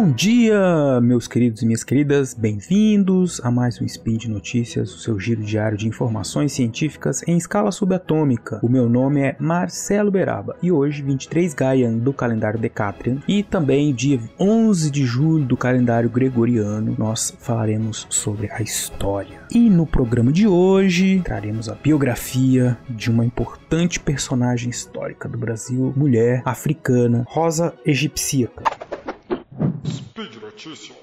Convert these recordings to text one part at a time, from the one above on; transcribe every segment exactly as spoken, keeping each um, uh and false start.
Bom dia, meus queridos e minhas queridas, bem-vindos a mais um Spin de Notícias, o seu giro diário de informações científicas em escala subatômica. O meu nome é Marcelo Beraba e hoje, vinte e três Gaian do calendário Decatrian e também dia onze de julho do calendário Gregoriano, nós falaremos sobre a história. E no programa de hoje, traremos a biografia de uma importante personagem histórica do Brasil, mulher africana, Rosa Egipsíaca. Speed Notícias.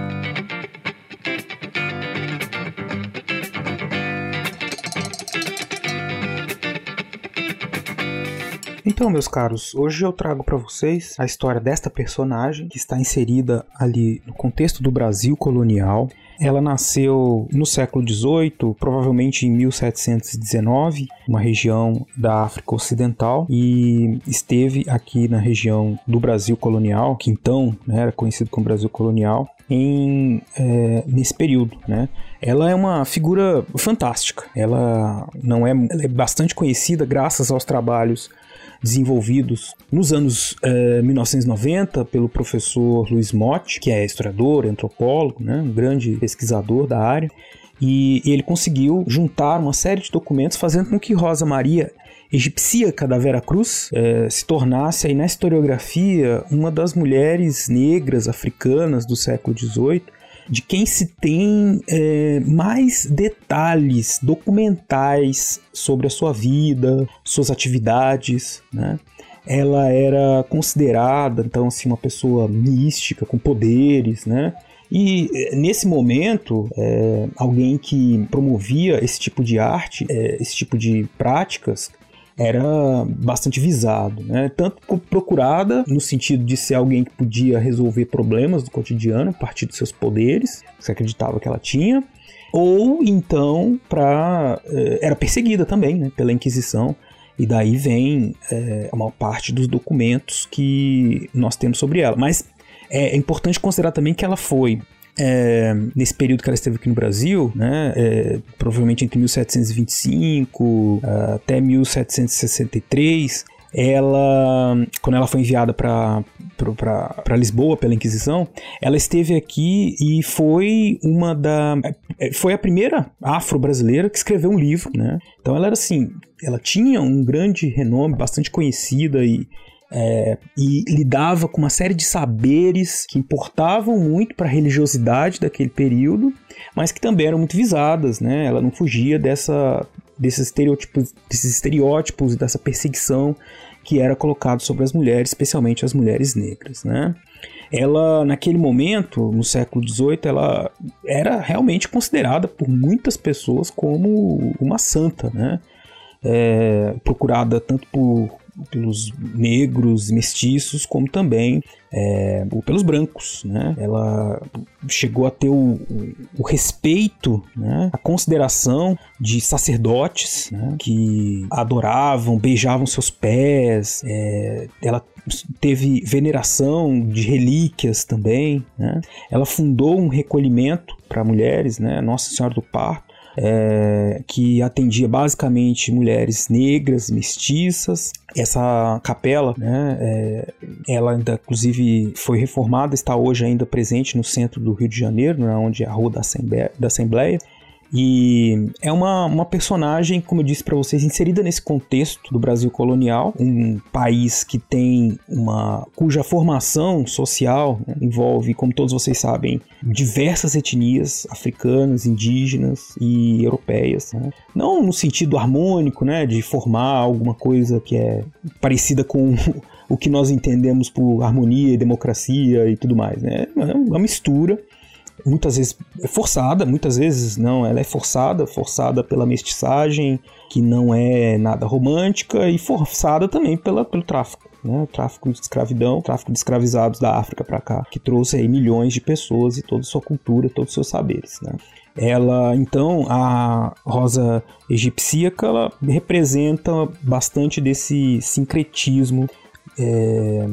Então, meus caros, hoje eu trago para vocês a história desta personagem que está inserida ali no contexto do Brasil colonial. Ela nasceu no século dezoito, provavelmente em mil setecentos e dezenove, uma região da África Ocidental, e esteve aqui na região do Brasil colonial, que então, né, era conhecido como Brasil colonial, em, é, nesse período, né? Ela é uma figura fantástica. Ela não é, ela é bastante conhecida graças aos trabalhos desenvolvidos nos anos eh, mil novecentos e noventa pelo professor Luiz Motti, que é historiador, antropólogo, né, um grande pesquisador da área, e ele conseguiu juntar uma série de documentos fazendo com que Rosa Maria Egipsíaca da Vera Cruz eh, se tornasse aí na historiografia uma das mulheres negras africanas do século dezoito, de quem se tem é, mais detalhes documentais sobre a sua vida, suas atividades, né? Ela era considerada, então, assim, uma pessoa mística, com poderes, né? E nesse momento, é, alguém que promovia esse tipo de arte, é, esse tipo de práticas, era bastante visado, né? Tanto procurada no sentido de ser alguém que podia resolver problemas do cotidiano a partir dos seus poderes, que se acreditava que ela tinha, ou então pra, era perseguida também, né, pela Inquisição, e daí vem é, a maior parte dos documentos que nós temos sobre ela. Mas é importante considerar também que ela foi É, nesse período que ela esteve aqui no Brasil, né, é, provavelmente entre mil setecentos e vinte e cinco uh, até mil setecentos e sessenta e três, ela, quando ela foi enviada para para Lisboa pela Inquisição, ela esteve aqui e foi uma da foi a primeira afro-brasileira que escreveu um livro, né? Então ela era assim, ela tinha um grande renome, bastante conhecida e É, e lidava com uma série de saberes que importavam muito para a religiosidade daquele período, mas que também eram muito visadas, né? Ela não fugia dessa, desses estereótipos, desses estereótipos e dessa perseguição que era colocado sobre as mulheres, especialmente as mulheres negras, né? Ela, naquele momento, no século dezoito, ela era realmente considerada por muitas pessoas como uma santa, né? É, procurada tanto por pelos negros, mestiços, como também é, pelos brancos, né? Ela chegou a ter o, o, o respeito, né? A consideração de sacerdotes, né? Que adoravam, beijavam seus pés. É, ela teve veneração de relíquias também, né? Ela fundou um recolhimento para mulheres, né? Nossa Senhora do Parto, É, que atendia basicamente mulheres negras, mestiças. Essa capela, né, é, ela ainda inclusive foi reformada, está hoje ainda presente no centro do Rio de Janeiro, né, onde é a Rua da Assembleia, da Assembleia. E é uma, uma personagem, como eu disse para vocês, inserida nesse contexto do Brasil colonial, um país que tem uma cuja formação social, né, envolve, como todos vocês sabem, diversas etnias africanas, indígenas e europeias, né? Não no sentido harmônico, né, de formar alguma coisa que é parecida com o que nós entendemos por harmonia e democracia e tudo mais, né? É uma mistura, muitas vezes forçada, muitas vezes não, ela é forçada, forçada pela mestiçagem, que não é nada romântica, e forçada também pela, pelo tráfico, né? O tráfico de escravidão, o tráfico de escravizados da África para cá, que trouxe aí milhões de pessoas e toda a sua cultura, todos os seus saberes, né? Ela, então, a Rosa Egipsíaca, ela representa bastante desse sincretismo é,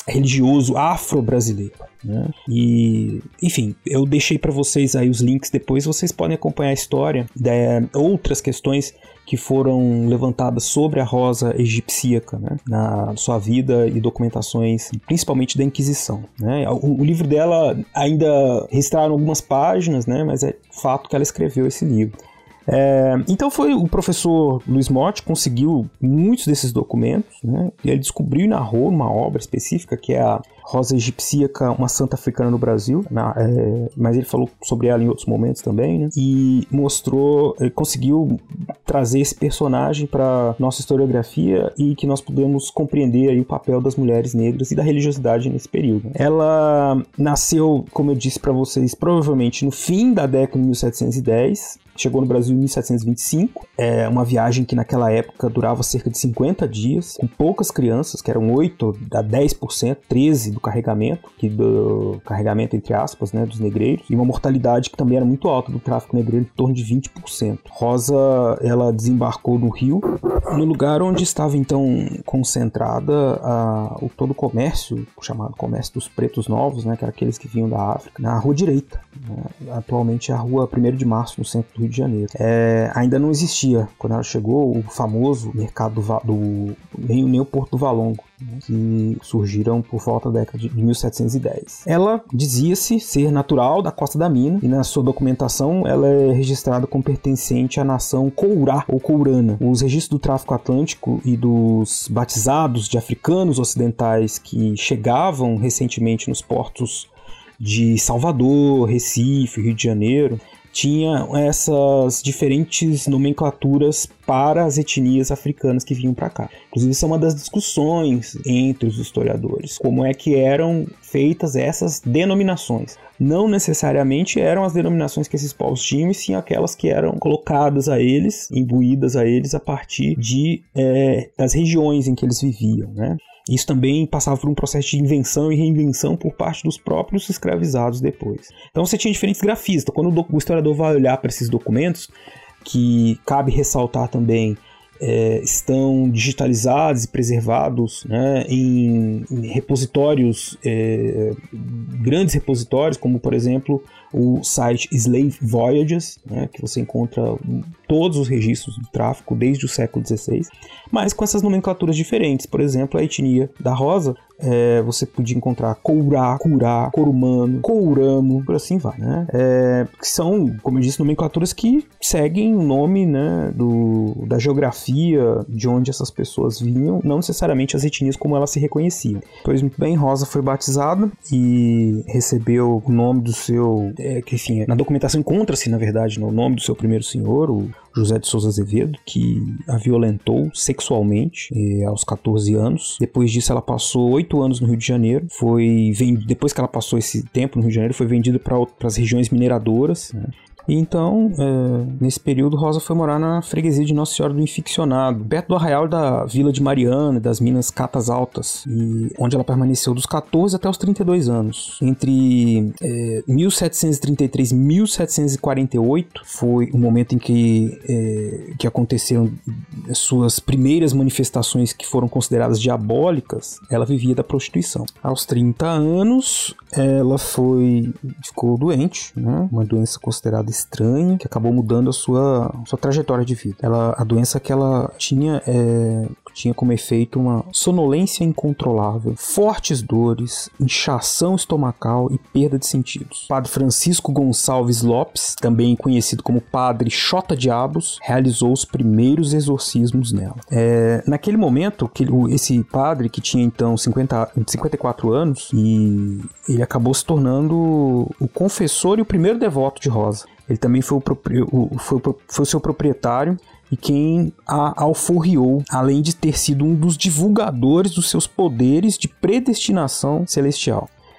religioso afro-brasileiro, né? E, enfim, eu deixei para vocês aí os links depois, vocês podem acompanhar a história de outras questões que foram levantadas sobre a Rosa egipcíaca, né, na sua vida e documentações, principalmente da Inquisição, né? O, o livro dela ainda registraram algumas páginas, né, mas é fato que ela escreveu esse livro. É, então foi o professor Luiz Motti conseguiu muitos desses documentos, né? E ele descobriu e narrou uma obra específica que é a Rosa egipcíaca, uma santa africana no Brasil, na, é, mas ele falou sobre ela em outros momentos também, né? E mostrou, ele conseguiu trazer esse personagem para nossa historiografia e que nós pudemos compreender aí o papel das mulheres negras e da religiosidade nesse período. Ela nasceu, como eu disse para vocês, provavelmente no fim da década de mil setecentos e dez, chegou no Brasil em mil setecentos e vinte e cinco, é uma viagem que naquela época durava cerca de cinquenta dias, com poucas crianças, que eram oito a dez por cento, treze do carregamento, que do carregamento entre aspas, né, dos negreiros, e uma mortalidade que também era muito alta do tráfico negreiro, em torno de vinte por cento. Rosa, ela desembarcou no Rio, no lugar onde estava então concentrada a, o todo o comércio, o chamado comércio dos pretos novos, né, que eram aqueles que vinham da África, na Rua Direita, né, atualmente é a Rua primeiro de março, no centro do Rio de Janeiro. É, ainda não existia, quando ela chegou, o famoso mercado do, do nem, nem o Porto do Valongo, né, que surgiram por volta da década de mil setecentos e dez. Ela dizia-se ser natural da Costa da Mina e na sua documentação ela é registrada como pertencente à nação Courá ou Courana. Os registros do tráfico atlântico e dos batizados de africanos ocidentais que chegavam recentemente nos portos de Salvador, Recife, Rio de Janeiro, tinha essas diferentes nomenclaturas para as etnias africanas que vinham para cá. Inclusive, isso é uma das discussões entre os historiadores. Como é que eram feitas essas denominações? Não necessariamente eram as denominações que esses povos tinham, e sim aquelas que eram colocadas a eles, imbuídas a eles a partir de, é, das regiões em que eles viviam, né? Isso também passava por um processo de invenção e reinvenção por parte dos próprios escravizados depois. Então você tinha diferentes grafistas. Quando o historiador vai olhar para esses documentos, que cabe ressaltar também, é, estão digitalizados e preservados, né, em, em repositórios, é, grandes repositórios, como por exemplo o site Slave Voyages, né, que você encontra todos os registros do tráfico desde o século dezesseis, mas com essas nomenclaturas diferentes. Por exemplo, a etnia da Rosa, é, você podia encontrar Courá, Curá, Corumano, Couramo, por assim vai, né? É, que são, como eu disse, nomenclaturas que seguem o nome, né, do, da geografia de onde essas pessoas vinham, não necessariamente as etnias como elas se reconheciam. Pois muito bem, Rosa foi batizada e recebeu o nome do seu... É, que, enfim, na documentação encontra-se, na verdade, no nome do seu primeiro senhor, o José de Souza Azevedo, que a violentou sexualmente eh, aos catorze anos. Depois disso, ela passou oito anos no Rio de Janeiro. Foi vend... Depois que ela passou esse tempo no Rio de Janeiro, foi vendida para as regiões mineradoras, né? E então, é, nesse período, Rosa foi morar na freguesia de Nossa Senhora do Inficcionado, perto do arraial da Vila de Mariana, das Minas Catas Altas, e onde ela permaneceu dos catorze até os trinta e dois anos. Entre é, mil setecentos e trinta e três e mil setecentos e quarenta e oito foi o momento em que, é, que aconteceram suas primeiras manifestações que foram consideradas diabólicas. Ela vivia da prostituição. Aos trinta anos, ela foi, ficou doente, né? Uma doença considerada estranha, que acabou mudando a sua, sua trajetória de vida. Ela, a doença que ela tinha é, tinha como efeito uma sonolência incontrolável, fortes dores, inchação estomacal e perda de sentidos. O padre Francisco Gonçalves Lopes, também conhecido como Padre Xota Diabos, realizou os primeiros exorcismos nela. É, naquele momento, que esse padre, que tinha então cinquenta, cinquenta e quatro anos, e ele acabou se tornando o confessor e o primeiro devoto de Rosa. Ele também foi o, propri... foi, o... foi o seu proprietário e quem a alforriou, além de ter sido um dos divulgadores dos seus poderes de predestinação celestial.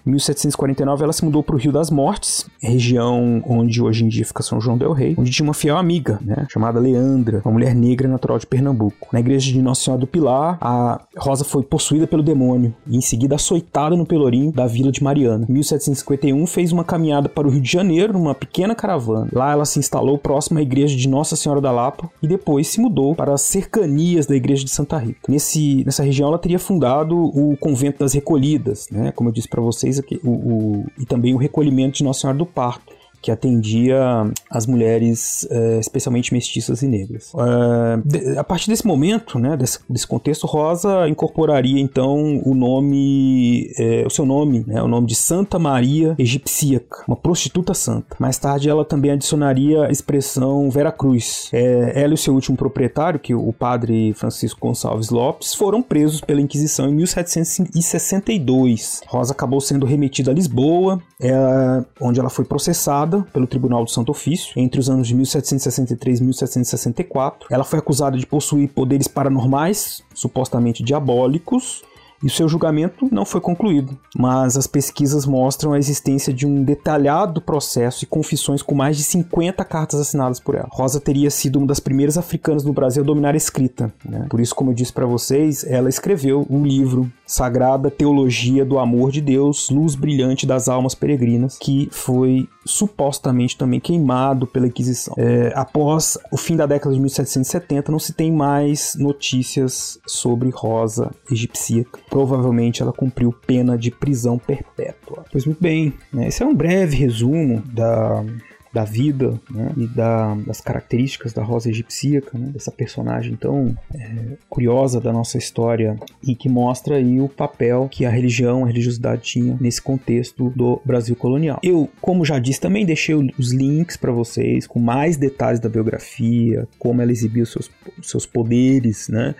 Em mil setecentos e quarenta e nove ela se mudou para o Rio das Mortes, região onde hoje em dia fica São João del Rei, onde tinha uma fiel amiga, né, chamada Leandra, uma mulher negra natural de Pernambuco. Na igreja de Nossa Senhora do Pilar, a Rosa foi possuída pelo demônio e em seguida açoitada no Pelourinho da Vila de Mariana. Em mil setecentos e cinquenta e um fez uma caminhada para o Rio de Janeiro numa pequena caravana. Lá ela se instalou próximo à igreja de Nossa Senhora da Lapa e depois se mudou para as cercanias da igreja de Santa Rita. Nesse, nessa região ela teria fundado o Convento das Recolhidas, né, como eu disse para vocês aqui, o, o, e também o recolhimento de Nossa Senhora do Parto, que atendia as mulheres, eh, especialmente mestiças e negras. Eh, de, a partir desse momento, né, desse, desse contexto, Rosa incorporaria então o nome, eh, o seu nome, né, o nome de Santa Maria Egipsíaca, uma prostituta santa. Mais tarde ela também adicionaria a expressão Vera Cruz. Eh, ela e o seu último proprietário, que o padre Francisco Gonçalves Lopes, foram presos pela Inquisição em mil setecentos e sessenta e dois. Rosa acabou sendo remetida a Lisboa, eh, onde ela foi processada pelo Tribunal do Santo Ofício entre os anos de mil setecentos e sessenta e três e mil setecentos e sessenta e quatro. Ela foi acusada de possuir poderes paranormais, supostamente diabólicos, e o seu julgamento não foi concluído, mas as pesquisas mostram a existência de um detalhado processo e confissões com mais de cinquenta cartas assinadas por ela. Rosa teria sido uma das primeiras africanas no Brasil a dominar a escrita, né? Por isso, como eu disse para vocês, ela escreveu um livro, Sagrada Teologia do Amor de Deus, Luz Brilhante das Almas Peregrinas, que foi supostamente também queimado pela Inquisição. É, após o fim da década de mil setecentos e setenta, não se tem mais notícias sobre Rosa Egipsíaca. Provavelmente ela cumpriu pena de prisão perpétua. Pois muito bem, né? Esse é um breve resumo da... da vida, né, e da, das características da Rosa Egipsíaca, né, dessa personagem tão é, curiosa da nossa história e que mostra aí o papel que a religião, a religiosidade tinha nesse contexto do Brasil colonial. Eu, como já disse, também deixei os links para vocês com mais detalhes da biografia, como ela exibia os seus, os seus poderes, né,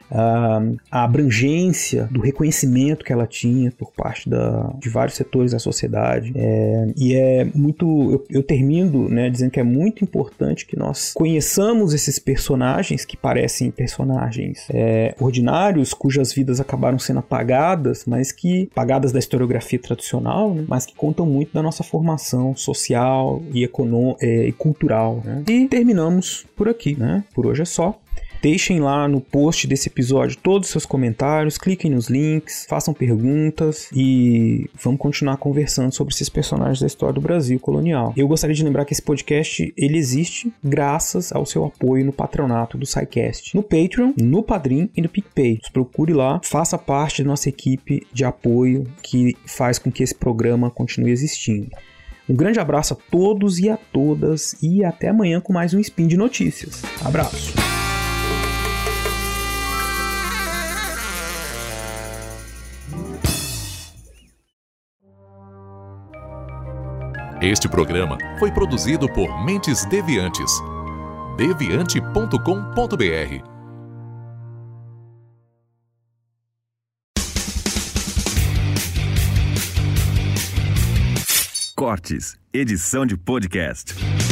Uh, a abrangência do reconhecimento que ela tinha por parte da, de vários setores da sociedade. É, e é muito... Eu, eu termino, né, dizendo que é muito importante que nós conheçamos esses personagens que parecem personagens é, ordinários, cujas vidas acabaram sendo apagadas, mas que... apagadas da historiografia tradicional, né, mas que contam muito da nossa formação social e, econô, é, e cultural. Né? E terminamos por aqui, né? Por hoje é só. Deixem lá no post desse episódio todos os seus comentários, cliquem nos links, façam perguntas e vamos continuar conversando sobre esses personagens da história do Brasil colonial. Eu gostaria de lembrar que esse podcast ele existe graças ao seu apoio no patronato do SciCast, no Patreon, no Padrim e no PicPay. Nos procure lá, faça parte da nossa equipe de apoio que faz com que esse programa continue existindo. Um grande abraço a todos e a todas e até amanhã com mais um Spin de Notícias. Abraço! Este programa foi produzido por Mentes Deviantes. deviante ponto com ponto b r. Cortes, edição de podcast.